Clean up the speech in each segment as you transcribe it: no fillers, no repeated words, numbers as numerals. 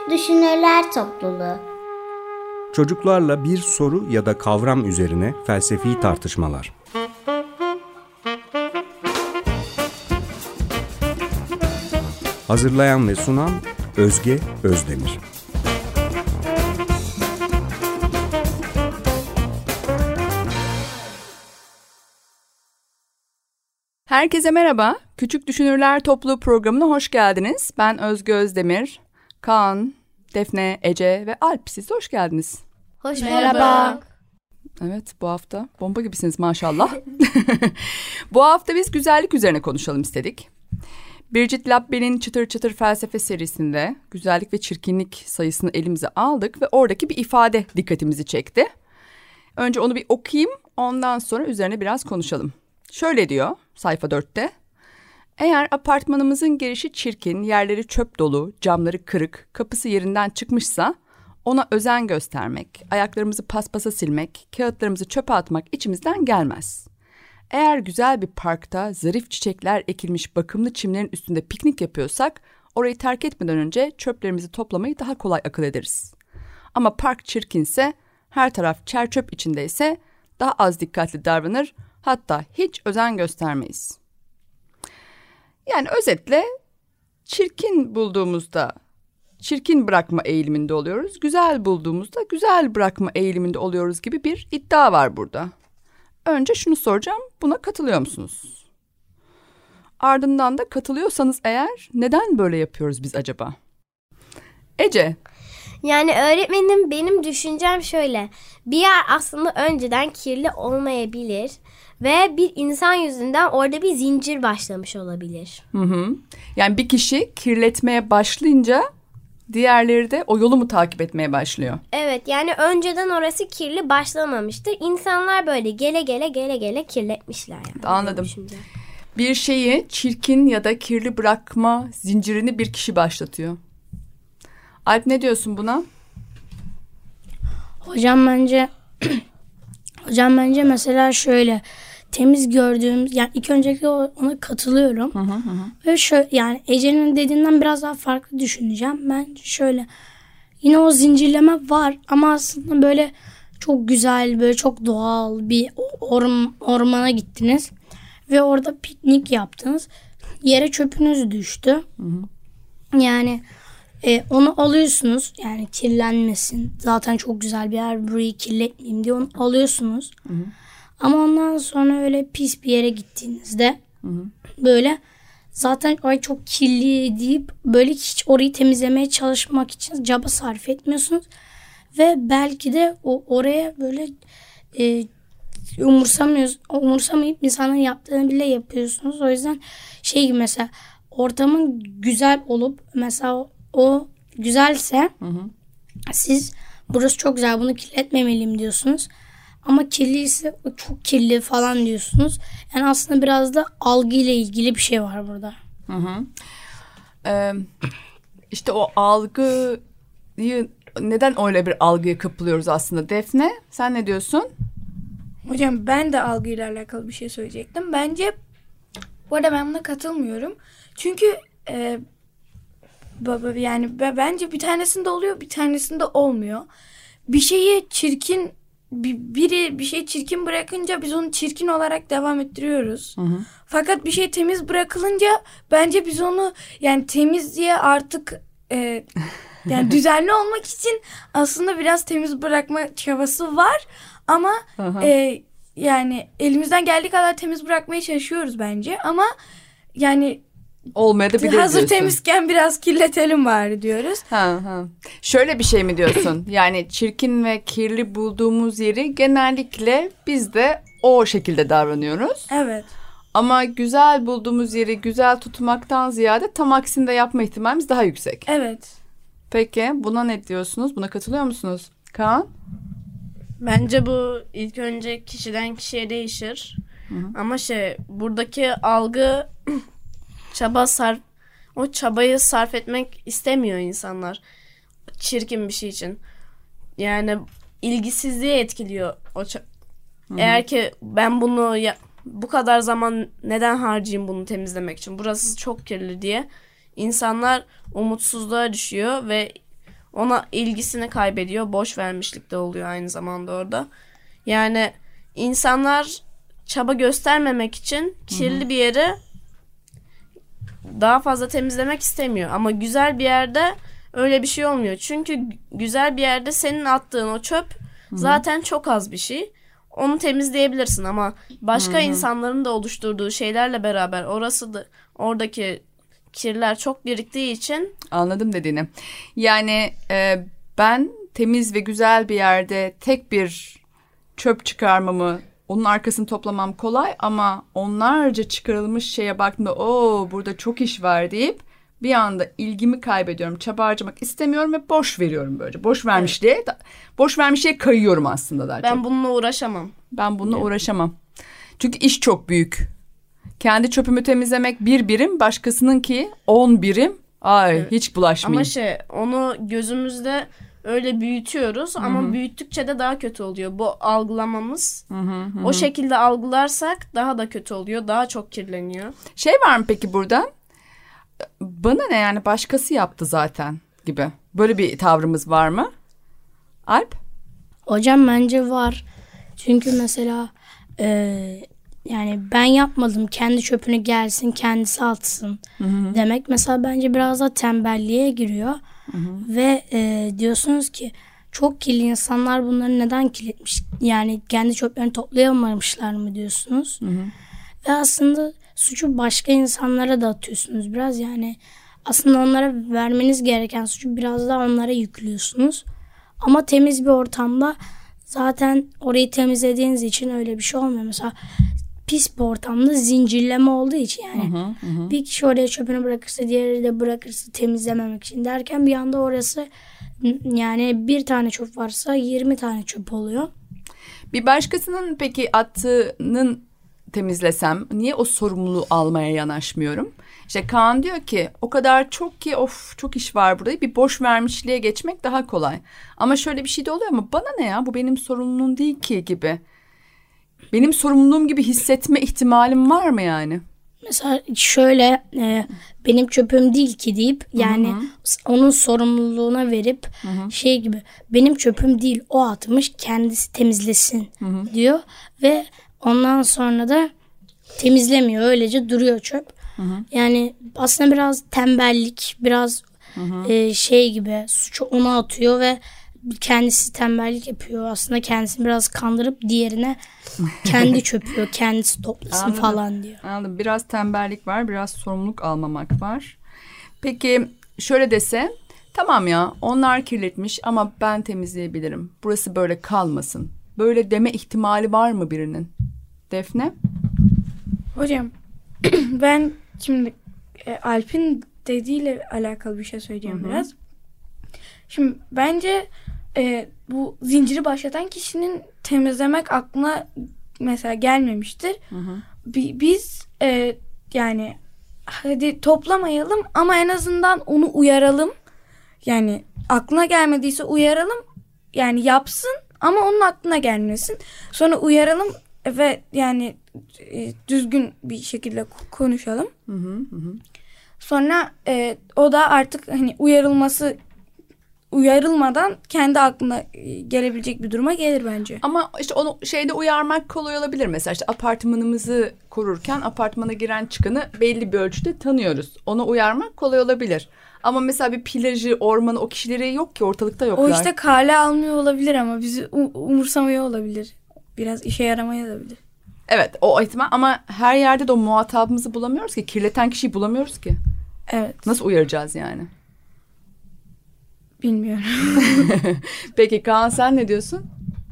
Küçük Düşünürler Topluluğu. Çocuklarla bir soru ya da kavram üzerine felsefi tartışmalar. Hazırlayan ve sunan Özge Özdemir. Herkese merhaba. Küçük Düşünürler Topluluğu programına hoş geldiniz. Ben Özge Özdemir, Kaan, Defne, Ece ve Alp. Siz de hoş geldiniz. Hoş Merhaba. Evet, bu hafta bomba gibisiniz maşallah. Bu hafta biz güzellik üzerine konuşalım istedik. Bridget Labbe'nin Çıtır Çıtır Felsefe serisinde güzellik ve çirkinlik sayısını elimize aldık ve oradaki bir ifade dikkatimizi çekti. Önce onu bir okuyayım, ondan sonra üzerine biraz konuşalım. Şöyle diyor sayfa 4'te. Eğer apartmanımızın girişi çirkin, yerleri çöp dolu, camları kırık, kapısı yerinden çıkmışsa ona özen göstermek, ayaklarımızı paspasa silmek, kağıtlarımızı çöpe atmak içimizden gelmez. Eğer güzel bir parkta zarif çiçekler ekilmiş bakımlı çimlerin üstünde piknik yapıyorsak orayı terk etmeden önce çöplerimizi toplamayı daha kolay akıl ederiz. Ama park çirkinse, her taraf çer çöp içindeyse daha az dikkatli davranır, hatta hiç özen göstermeyiz. Yani özetle çirkin bulduğumuzda çirkin bırakma eğiliminde oluyoruz. Güzel bulduğumuzda güzel bırakma eğiliminde oluyoruz gibi bir iddia var burada. Önce şunu soracağım, buna katılıyor musunuz? Ardından da katılıyorsanız eğer neden böyle yapıyoruz biz acaba? Ece. Yani öğretmenim, benim düşüncem şöyle. Bir yer aslında önceden kirli olmayabilir ve bir insan yüzünden orada bir zincir başlamış olabilir. Yani bir kişi kirletmeye başlayınca diğerleri de o yolu mu takip etmeye başlıyor? Evet, yani önceden orası kirli başlamamıştır. İnsanlar böyle gele gele kirletmişler. Yani. Anladım. Bir şeyi çirkin ya da kirli bırakma zincirini bir kişi başlatıyor. Alp, ne diyorsun buna? Hocam bence mesela şöyle temiz gördüğümüz, yani ilk öncelikle ona katılıyorum. Ve şöyle, yani Ece'nin dediğinden biraz daha farklı düşüneceğim. Ben şöyle, yine o zincirleme var ama aslında böyle çok güzel, böyle çok doğal bir ormana gittiniz ve orada piknik yaptınız. Yere çöpünüz düştü. Yani onu alıyorsunuz, yani kirlenmesin. Zaten çok güzel bir yer, burayı kirletmeyeyim diye onu alıyorsunuz. Ama ondan sonra öyle pis bir yere gittiğinizde böyle zaten ay çok kirli deyip böyle hiç orayı temizlemeye çalışmak için çaba sarf etmiyorsunuz. Ve belki de oraya böyle umursamayıp insanların yaptığını bile yapıyorsunuz. O yüzden şey gibi, mesela ortamın güzel olup mesela o güzelse siz burası çok güzel, bunu kirletmemeliyim diyorsunuz. Ama kirliyse o çok kirli falan diyorsunuz. Yani aslında biraz da algıyla ilgili bir şey var burada. İşte o algıyı, neden öyle bir algıya kapılıyoruz aslında? Defne, sen ne diyorsun? Hocam, ben de algıyla alakalı bir şey söyleyecektim. Bence bu arada ben buna katılmıyorum. Çünkü yani bence bir tanesinde oluyor, bir tanesinde olmuyor. Bir şeyi çirkin, biri bir şey çirkin bırakınca biz onu çirkin olarak devam ettiriyoruz. Fakat bir şey temiz bırakılınca bence biz onu, yani temiz diye artık yani düzenli olmak için aslında biraz temiz bırakma çabası var ama yani elimizden geldiği kadar temiz bırakmaya çalışıyoruz bence, ama yani olmayabilir hazır diyorsun. temizken biraz kirletelim bari diyoruz. Şöyle bir şey mi diyorsun? Yani çirkin ve kirli bulduğumuz yeri genellikle biz de o şekilde davranıyoruz. Evet. Ama güzel bulduğumuz yeri güzel tutmaktan ziyade tam aksini de yapma ihtimalimiz daha yüksek. Evet. Peki buna ne diyorsunuz? Buna katılıyor musunuz? Kaan? Bence bu ilk önce kişiden kişiye değişir. Ama buradaki algı o çabayı sarf etmek istemiyor insanlar. Çirkin bir şey için. Yani ilgisizliğe etkiliyor eğer ki ben bunu bu kadar zaman neden harcayayım bunu temizlemek için? Burası çok kirli diye insanlar umutsuzluğa düşüyor ve ona ilgisini kaybediyor. Boş vermişlik de oluyor aynı zamanda orada. Yani insanlar çaba göstermemek için kirli bir yeri daha fazla temizlemek istemiyor. Ama güzel bir yerde öyle bir şey olmuyor. Çünkü güzel bir yerde senin attığın o çöp zaten çok az bir şey. Onu temizleyebilirsin ama başka insanların da oluşturduğu şeylerle beraber oradaki kirler çok biriktiği için. Anladım dediğini. Yani ben temiz ve güzel bir yerde tek bir çöp çıkarmamı, onun arkasını toplamam kolay ama onlarca çıkarılmış şeye baktığımda burada çok iş var deyip bir anda ilgimi kaybediyorum. Çaba harcamak istemiyorum ve boş veriyorum böylece. Boş vermişliğe kayıyorum aslında daha çok. Ben bununla uğraşamam. Ben bununla uğraşamam. Çünkü iş çok büyük. Kendi çöpümü temizlemek 1 birim, başkasınınki 10 birim. Hiç bulaşmayayım. Ama onu gözümüzde öyle büyütüyoruz ama büyüttükçe de daha kötü oluyor. Bu algılamamız. O şekilde algılarsak daha da kötü oluyor. Daha çok kirleniyor. Şey var mı peki burada? Bana ne yani, başkası yaptı zaten gibi. Böyle bir tavrımız var mı? Alp? Hocam bence var. Çünkü mesela yani ben yapmadım, kendi çöpünü gelsin kendisi atsın demek mesela bence biraz da tembelliğe giriyor. Ve diyorsunuz ki çok kirli insanlar bunları neden kirletmiş, yani kendi çöplerini toplayamamışlar mı diyorsunuz. Ve aslında suçu başka insanlara da atıyorsunuz biraz, yani aslında onlara vermeniz gereken suçu biraz daha onlara yüklüyorsunuz. Ama temiz bir ortamda zaten orayı temizlediğiniz için öyle bir şey olmuyor. Mesela pis bir ortamda zincirleme olduğu için yani bir kişi oraya çöpünü bırakırsa diğeri de bırakırsa temizlememek için derken bir anda orası, yani bir tane çöp varsa 20 tane çöp oluyor. Bir başkasının peki attığının temizlesem niye o sorumluluğu almaya yanaşmıyorum? İşte Kaan diyor ki o kadar çok ki çok iş var burada, bir boş vermişliğe geçmek daha kolay. Ama şöyle bir şey de oluyor mu? Bana ne ya, bu benim sorumluluğum değil ki gibi. Benim sorumluluğum gibi hissetme ihtimalim var mı yani? Mesela şöyle benim çöpüm değil ki deyip yani onun sorumluluğuna verip şey gibi, benim çöpüm değil o atmış kendisi temizlesin diyor ve ondan sonra da temizlemiyor, öylece duruyor çöp. Yani aslında biraz tembellik, biraz şey gibi, suçu ona atıyor ve kendisi tembellik yapıyor. Aslında kendisini biraz kandırıp diğerine kendi çöpüyor, kendisi toplasın falan diyor. Anladım. Biraz tembellik var, biraz sorumluluk almamak var. Peki şöyle dese, tamam ya onlar kirletmiş ama ben temizleyebilirim. Burası böyle kalmasın. Böyle deme ihtimali var mı birinin? Defne? Hocam ben şimdi Alp'in dediğiyle alakalı bir şey söyleyeceğim biraz. Şimdi bence bu zinciri başlatan kişinin temizlemek aklına mesela gelmemiştir. Biz yani hadi toplamayalım ama en azından onu uyaralım. Yani aklına gelmediyse uyaralım. Yani yapsın ama onun aklına gelmesin. Sonra uyaralım ve yani düzgün bir şekilde konuşalım. Sonra o da artık hani uyarılmadan kendi aklına gelebilecek bir duruma gelir bence. Ama işte onu şeyde uyarmak kolay olabilir. Mesela işte apartmanımızı korurken apartmana giren çıkanı belli bir ölçüde tanıyoruz. Onu uyarmak kolay olabilir. Ama mesela bir plajı, ormanı, o kişileri yok ki, ortalıkta yoklar. O işte kale almıyor olabilir ama bizi umursamıyor olabilir. Biraz işe yaramayabilir. Evet, o ihtimal, ama her yerde de o muhatabımızı bulamıyoruz ki. Kirleten kişiyi bulamıyoruz ki. Evet. Nasıl uyaracağız yani? Bilmiyorum. Peki Kaan, sen ne diyorsun?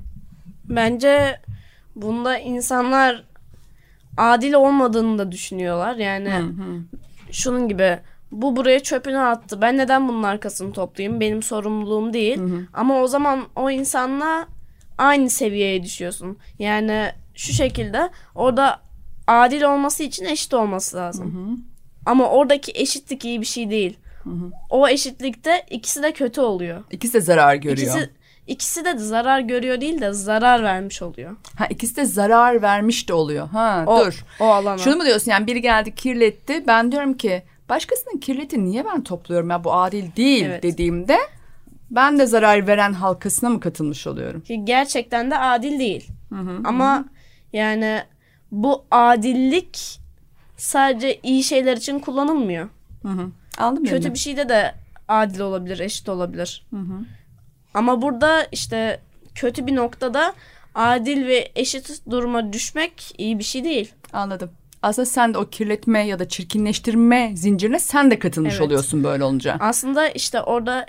Bence bunda insanlar adil olmadığını da düşünüyorlar. Yani şunun gibi, bu buraya çöpünü attı. Ben neden bunun arkasını toplayayım? Benim sorumluluğum değil. Ama o zaman o insanla aynı seviyeye düşüyorsun. Yani şu şekilde orada adil olması için eşit olması lazım. Ama oradaki eşitlik iyi bir şey değil. O eşitlikte ikisi de kötü oluyor. İkisi de zarar görüyor. İkisi de zarar görüyor değil de zarar vermiş oluyor. İkisi de zarar vermiş de oluyor. Dur. O alana. Şunu mu diyorsun, yani biri geldi kirletti. Ben diyorum ki başkasının kirleti niye ben topluyorum ya, bu adil değil dediğimde Ben de zarar veren halkasına mı katılmış oluyorum? Ki gerçekten de adil değil. Ama yani bu adillik sadece iyi şeyler için kullanılmıyor. Anladın mı? Kötü bir şeyde de adil olabilir, eşit olabilir. Ama burada işte kötü bir noktada adil ve eşit duruma düşmek iyi bir şey değil. Anladım. Aslında sen de o kirletme ya da çirkinleştirme zincirine sen de katılmış oluyorsun böyle olunca. Aslında işte orada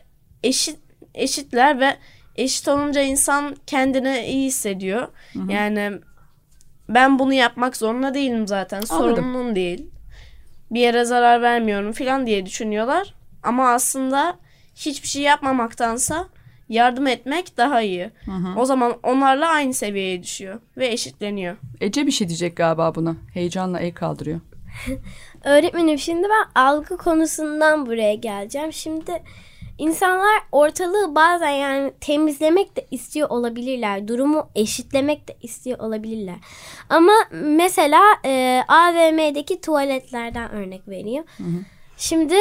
eşitler ve eşit olunca insan kendini iyi hissediyor. Yani ben bunu yapmak zorunda değilim zaten. Sorumluluğum değil. Bir yere zarar vermiyorum falan diye düşünüyorlar. Ama aslında hiçbir şey yapmamaktansa yardım etmek daha iyi. O zaman onlarla aynı seviyeye düşüyor ve eşitleniyor. Ece bir şey diyecek galiba buna. Heyecanla el kaldırıyor. Öğretmenim, şimdi ben algı konusundan buraya geleceğim. Şimdi insanlar ortalığı bazen yani temizlemek de istiyor olabilirler. Durumu eşitlemek de istiyor olabilirler. Ama mesela AVM'deki tuvaletlerden örnek vereyim. Şimdi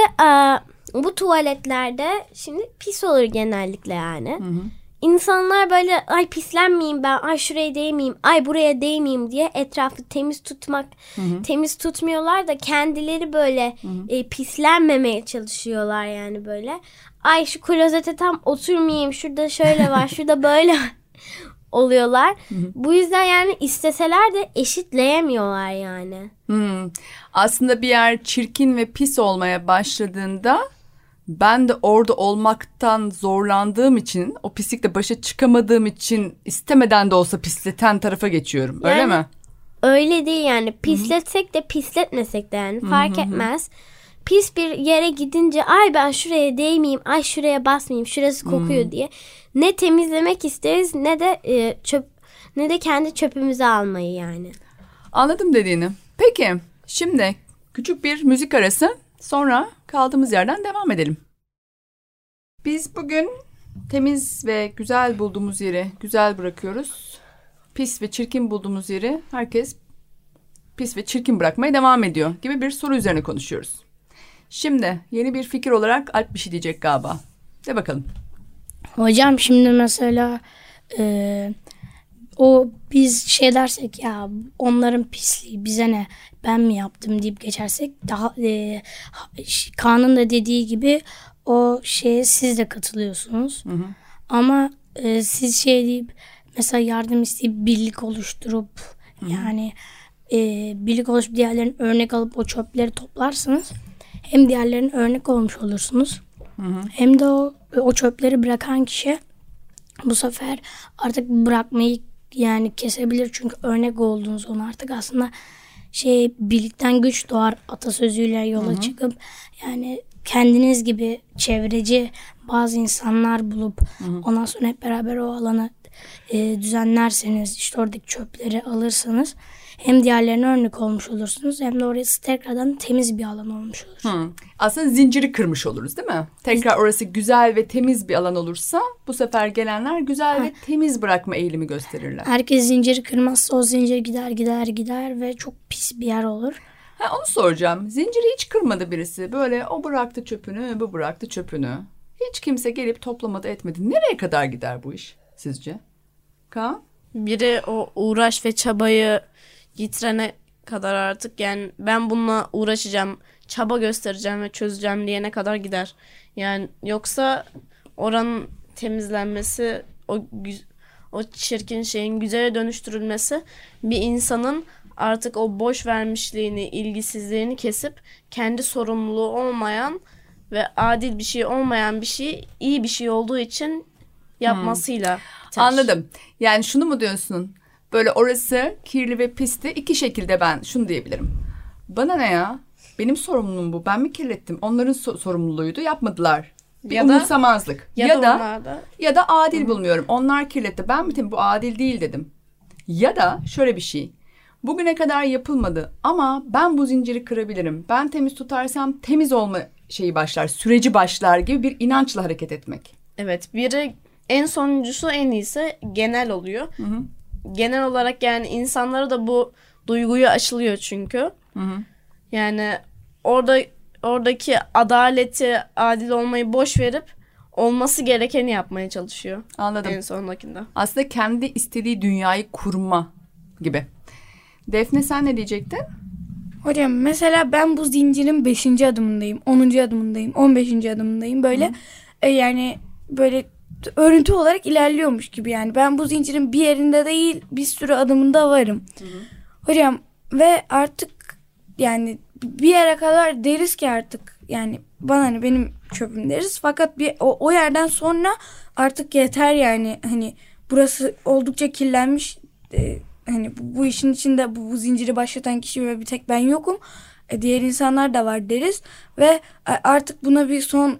bu tuvaletlerde şimdi pis olur genellikle yani. İnsanlar böyle ay pislenmeyeyim ben, ay şuraya değmeyeyim, ay buraya değmeyeyim diye etrafı temiz tutmuyorlar da kendileri böyle pislenmemeye çalışıyorlar yani böyle. Ay şu klozete tam oturmayayım, şurada şöyle var, şurada böyle oluyorlar. Bu yüzden yani isteseler de eşitleyemiyorlar yani. Aslında bir yer çirkin ve pis olmaya başladığında ben de orada olmaktan zorlandığım için, o pislikle başa çıkamadığım için istemeden de olsa pisleten tarafa geçiyorum. Öyle mi? Öyle değil yani. Pisletsek de pisletmesek de yani fark etmez. Pis bir yere gidince ay ben şuraya değmeyeyim, ay şuraya basmayayım, şurası kokuyor diye ne temizlemek isteriz ne de kendi çöpümüzü almayı yani. Anladım dediğini. Peki şimdi küçük bir müzik arası, sonra kaldığımız yerden devam edelim. Biz bugün temiz ve güzel bulduğumuz yeri güzel bırakıyoruz. Pis ve çirkin bulduğumuz yeri herkes pis ve çirkin bırakmaya devam ediyor gibi bir soru üzerine konuşuyoruz. Şimdi yeni bir fikir olarak Alp bir şey diyecek galiba. De bakalım. Hocam şimdi mesela o biz şey dersek ya onların pisliği bize ne, ben mi yaptım deyip geçersek daha Kaan'ın da dediği gibi o şeye siz de katılıyorsunuz. Ama siz şey deyip mesela yardım isteyip birlik oluşturup yani birlik oluşup diğerlerinin örnek alıp o çöpleri toplarsınız. Hem diğerlerinin örnek olmuş olursunuz. Hem de o çöpleri bırakan kişi bu sefer artık bırakmayı yani kesebilir. Çünkü örnek olduğunuz onu artık aslında birlikten güç doğar atasözüyle yola çıkıp yani kendiniz gibi çevreci bazı insanlar bulup ondan sonra hep beraber o alanı düzenlerseniz, işte oradaki çöpleri alırsanız hem diğerlerine örnek olmuş olursunuz hem de orası tekrardan temiz bir alan olmuş olur. Aslında zinciri kırmış oluruz değil mi? Tekrar orası güzel ve temiz bir alan olursa bu sefer gelenler güzel ve temiz bırakma eğilimi gösterirler. Herkes zinciri kırmazsa o zincir gider ve çok pis bir yer olur. Onu soracağım. Zinciri hiç kırmadı birisi. Böyle o bıraktı çöpünü, bu bıraktı çöpünü. Hiç kimse gelip toplamadı etmedi. Nereye kadar gider bu iş sizce? Kaan? Biri o uğraş ve çabayı yitirene kadar artık yani ben bununla uğraşacağım, çaba göstereceğim ve çözeceğim diyene kadar gider. Yani yoksa oranın temizlenmesi, o çirkin şeyin güzele dönüştürülmesi bir insanın artık o boş vermişliğini, ilgisizliğini kesip kendi sorumluluğu olmayan ve adil bir şey olmayan bir şey iyi bir şey olduğu için yapmasıyla biter. Anladım. Yani şunu mu diyorsun? Böyle orası kirli ve pisti, iki şekilde ben şunu diyebilirim. Bana ne ya? Benim sorumluluğum bu. Ben mi kirlettim? Onların sorumluluğuydu. Yapmadılar. Bir umursamazlık. Ya da adil bulmuyorum. Onlar kirletti. Ben mi? Bu adil değil dedim. Ya da şöyle bir şey. Bugüne kadar yapılmadı ama ben bu zinciri kırabilirim. Ben temiz tutarsam temiz olma şeyi başlar, süreci başlar gibi bir inançla hareket etmek. Evet, biri en sonuncusu en iyisi genel oluyor. Genel olarak yani insanlara da bu duyguyu aşılıyor çünkü. Yani oradaki adaleti, adil olmayı boş verip olması gerekeni yapmaya çalışıyor. Anladım. En sondakinde. Aslında kendi istediği dünyayı kurma gibi. Defne sen ne diyecektin? Hocam mesela ben bu zincirin 5. adımındayım, 10. adımındayım, 15. adımındayım. Böyle yani böyle örüntü olarak ilerliyormuş gibi yani. Ben bu zincirin bir yerinde değil, bir sürü adımında varım. Hocam ve artık yani bir yere kadar deriz ki artık yani bana hani benim çöpüm deriz. Fakat o yerden sonra artık yeter yani, hani burası oldukça kirlenmiş. Hani bu işin içinde bu zinciri başlatan kişi ve bir tek ben yokum. Diğer insanlar da var deriz ve artık buna bir son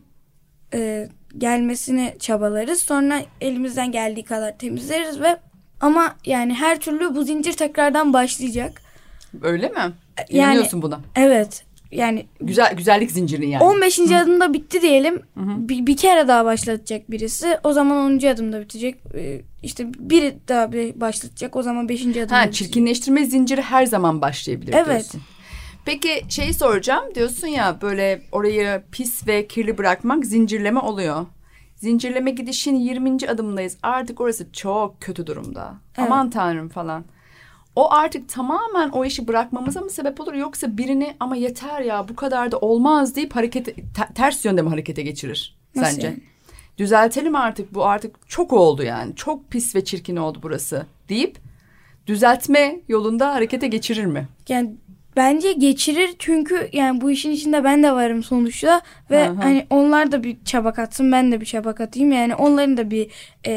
gelmesini çabalarız. Sonra elimizden geldiği kadar temizleriz ve ama yani her türlü bu zincir tekrardan başlayacak. Öyle mi? Yani İnanıyorsun buna. Evet. Yani Güzellik zincirin yani. 15. adımda bitti diyelim. Bir kere daha başlatacak birisi. O zaman 10. adımda bitecek. İşte biri daha başlatacak. O zaman 5. adımda bitecek. Çirkinleştirme zinciri her zaman başlayabilir Evet. diyorsun. Peki şeyi soracağım. Diyorsun ya böyle orayı pis ve kirli bırakmak zincirleme oluyor. Zincirleme gidişin 20. adımındayız. Artık orası çok kötü durumda. Evet. Aman tanrım falan. O artık tamamen o işi bırakmamıza mı sebep olur, yoksa birini ama yeter ya bu kadar da olmaz deyip ters yönde mi harekete geçirir Nasıl sence? yani? Düzeltelim artık, bu artık çok oldu yani. Çok pis ve çirkin oldu burası deyip düzeltme yolunda harekete geçirir mi? Yani bence geçirir çünkü yani bu işin içinde ben de varım sonuçta ve hani onlar da bir çaba katsın, ben de bir çaba katayım. Yani onların da bir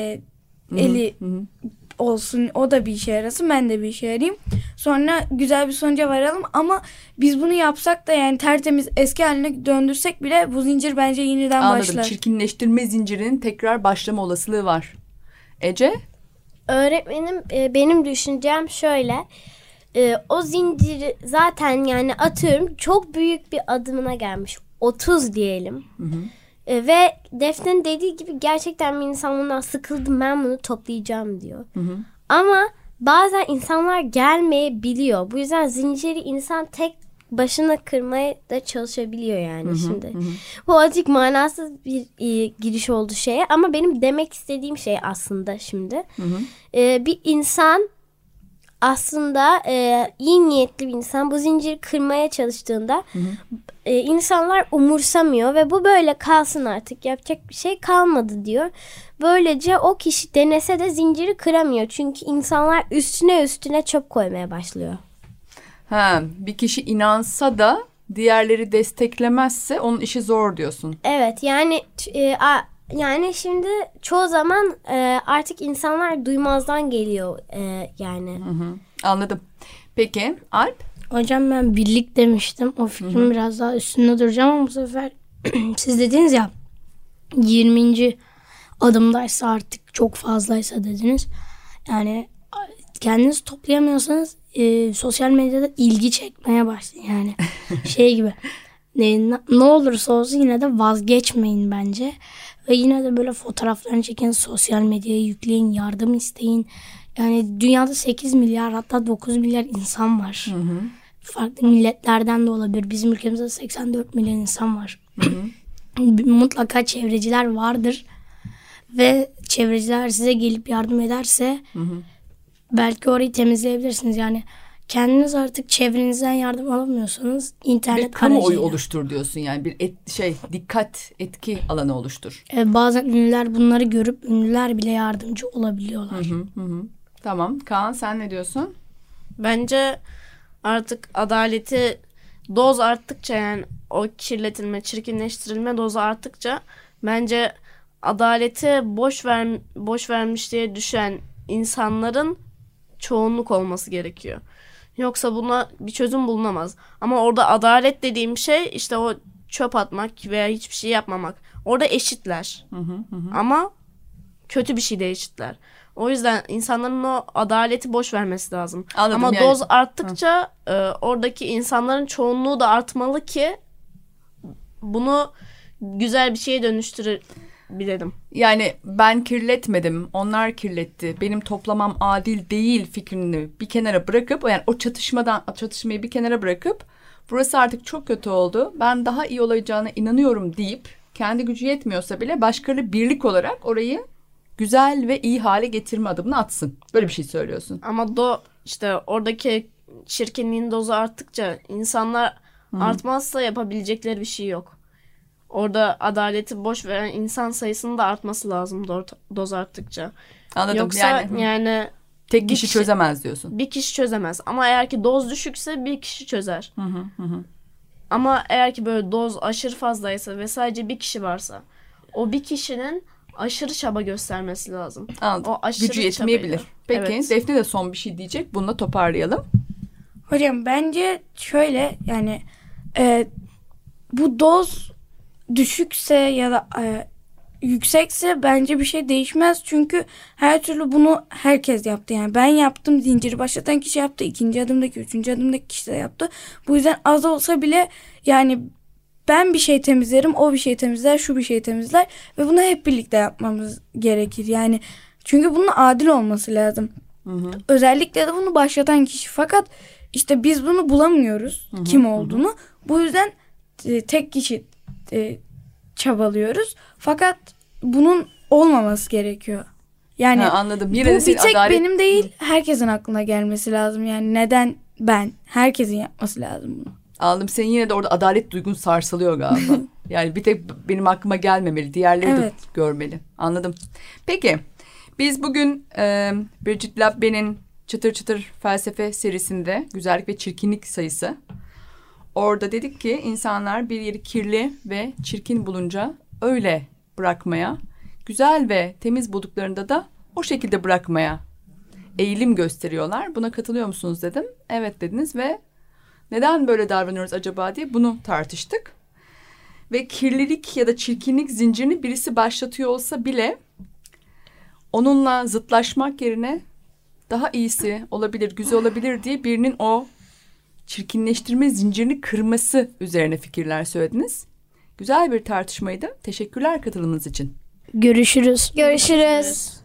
eli olsun, o da bir işe yarasın, ben de bir işe yarayayım. Sonra güzel bir sonuca varalım ama biz bunu yapsak da yani tertemiz eski haline döndürsek bile bu zincir bence yeniden Anladım. başlar. Çirkinleştirme zincirinin tekrar başlama olasılığı var. Ece? Öğretmenim, benim düşüncem şöyle. O zinciri zaten yani atıyorum çok büyük bir adımına gelmiş. 30 diyelim. Ve Defne'nin dediği gibi gerçekten bir insan bundan sıkıldım, ben bunu toplayacağım diyor. Ama bazen insanlar gelmeyebiliyor. Bu yüzden zinciri insan tek başına kırmaya da çalışabiliyor yani şimdi. Bu azıcık manasız bir giriş oldu şeye ama benim demek istediğim şey aslında şimdi. Bir insan aslında iyi niyetli bir insan bu zinciri kırmaya çalıştığında insanlar umursamıyor ve bu böyle kalsın, artık yapacak bir şey kalmadı diyor. Böylece o kişi denese de zinciri kıramıyor. Çünkü insanlar üstüne çöp koymaya başlıyor. Bir kişi inansa da diğerleri desteklemezse onun işi zor diyorsun. Evet yani şimdi çoğu zaman artık insanlar duymazdan geliyor yani. Anladım. Peki Alp? Hocam ben birlik demiştim. O fikrin biraz daha üstünde duracağım ama bu sefer siz dediniz ya 20. adımdaysa artık çok fazlaysa dediniz. Yani kendinizi toplayamıyorsanız sosyal medyada ilgi çekmeye başlayın. Yani şey gibi ne olursa olsun yine de vazgeçmeyin bence. Ve yine de böyle fotoğraflarını çekin, sosyal medyaya yükleyin, yardım isteyin. Yani dünyada 8 milyar hatta 9 milyar insan var. Farklı milletlerden de olabilir. Bizim ülkemizde 84 milyon insan var. Mutlaka çevreciler vardır. Ve çevreciler size gelip yardım ederse belki orayı temizleyebilirsiniz. Yani kendiniz artık çevrenizden yardım alamıyorsanız internet bir kamuoyu aracıyla oluştur diyorsun yani, bir etki alanı oluştur. Bazen ünlüler bunları görüp ünlüler bile yardımcı olabiliyorlar. Tamam. Kaan sen ne diyorsun? Bence artık adaleti doz arttıkça, yani o kirletilme, çirkinleştirilme dozu arttıkça bence adaleti boş vermiş diye düşen insanların çoğunluk olması gerekiyor. Yoksa buna bir çözüm bulunamaz. Ama orada adalet dediğim şey işte o çöp atmak veya hiçbir şey yapmamak. Orada eşitler. Ama kötü bir şeyde eşitler. O yüzden insanların o adaleti boş vermesi lazım. Anladım, ama yani doz arttıkça oradaki insanların çoğunluğu da artmalı ki bunu güzel bir şeye dönüştürebilirim. Yani ben kirletmedim, onlar kirletti, benim toplamam adil değil fikrini bir kenara bırakıp, yani o çatışmayı bir kenara bırakıp burası artık çok kötü oldu, ben daha iyi olacağına inanıyorum deyip kendi gücü yetmiyorsa bile başkaları birlik olarak orayı güzel ve iyi hale getirme adımını atsın. Böyle bir şey söylüyorsun. Ama işte oradaki çirkinliğin dozu arttıkça insanlar artmazsa yapabilecekleri bir şey yok. Orada adaleti boş veren insan sayısının da artması lazım doz arttıkça. Anladım. Yoksa yani tek kişi çözemez diyorsun. Bir kişi çözemez. Ama eğer ki doz düşükse bir kişi çözer. Ama eğer ki böyle doz aşırı fazlaysa ve sadece bir kişi varsa o bir kişinin aşırı çaba göstermesi lazım. Anladım. O aşırı Gücü yetmeyebilir. çabayla. Peki Evet. Defne de son bir şey diyecek. Bununla toparlayalım. Hocam bence şöyle yani bu doz düşükse ya da yüksekse bence bir şey değişmez. Çünkü her türlü bunu herkes yaptı. Yani ben yaptım, zinciri başlatan kişi yaptı. İkinci adımdaki, üçüncü adımdaki kişi de yaptı. Bu yüzden az olsa bile yani ben bir şey temizlerim, o bir şey temizler, şu bir şey temizler. Ve bunu hep birlikte yapmamız gerekir. Yani çünkü bunun adil olması lazım. Özellikle de bunu başlatan kişi. Fakat işte biz bunu bulamıyoruz kim olduğunu. Bu yüzden tek kişi çabalıyoruz. Fakat bunun olmaması gerekiyor. Yani anladım. bu Yine de bir senin tek adalet... benim değil, herkesin aklına gelmesi lazım. Yani neden ben? Herkesin yapması lazım bunu. Anladım. Senin yine de orada adalet duygun sarsılıyor galiba. Yani bir tek benim aklıma gelmemeli. Diğerleri de görmeli. Anladım. Peki. Biz bugün Bridget Labbe'nin Çıtır Çıtır Felsefe serisinde güzellik ve çirkinlik sayısı. Orada dedik ki insanlar bir yeri kirli ve çirkin bulunca öyle bırakmaya, güzel ve temiz bulduklarında da o şekilde bırakmaya eğilim gösteriyorlar. Buna katılıyor musunuz dedim. Evet dediniz ve neden böyle davranıyoruz acaba diye bunu tartıştık. Ve kirlilik ya da çirkinlik zincirini birisi başlatıyor olsa bile onunla zıtlaşmak yerine daha iyisi olabilir, güzel olabilir diye birinin o çirkinleştirme zincirini kırması üzerine fikirler söylediniz. Güzel bir tartışmaydı. Teşekkürler katılımınız için. Görüşürüz. Görüşürüz.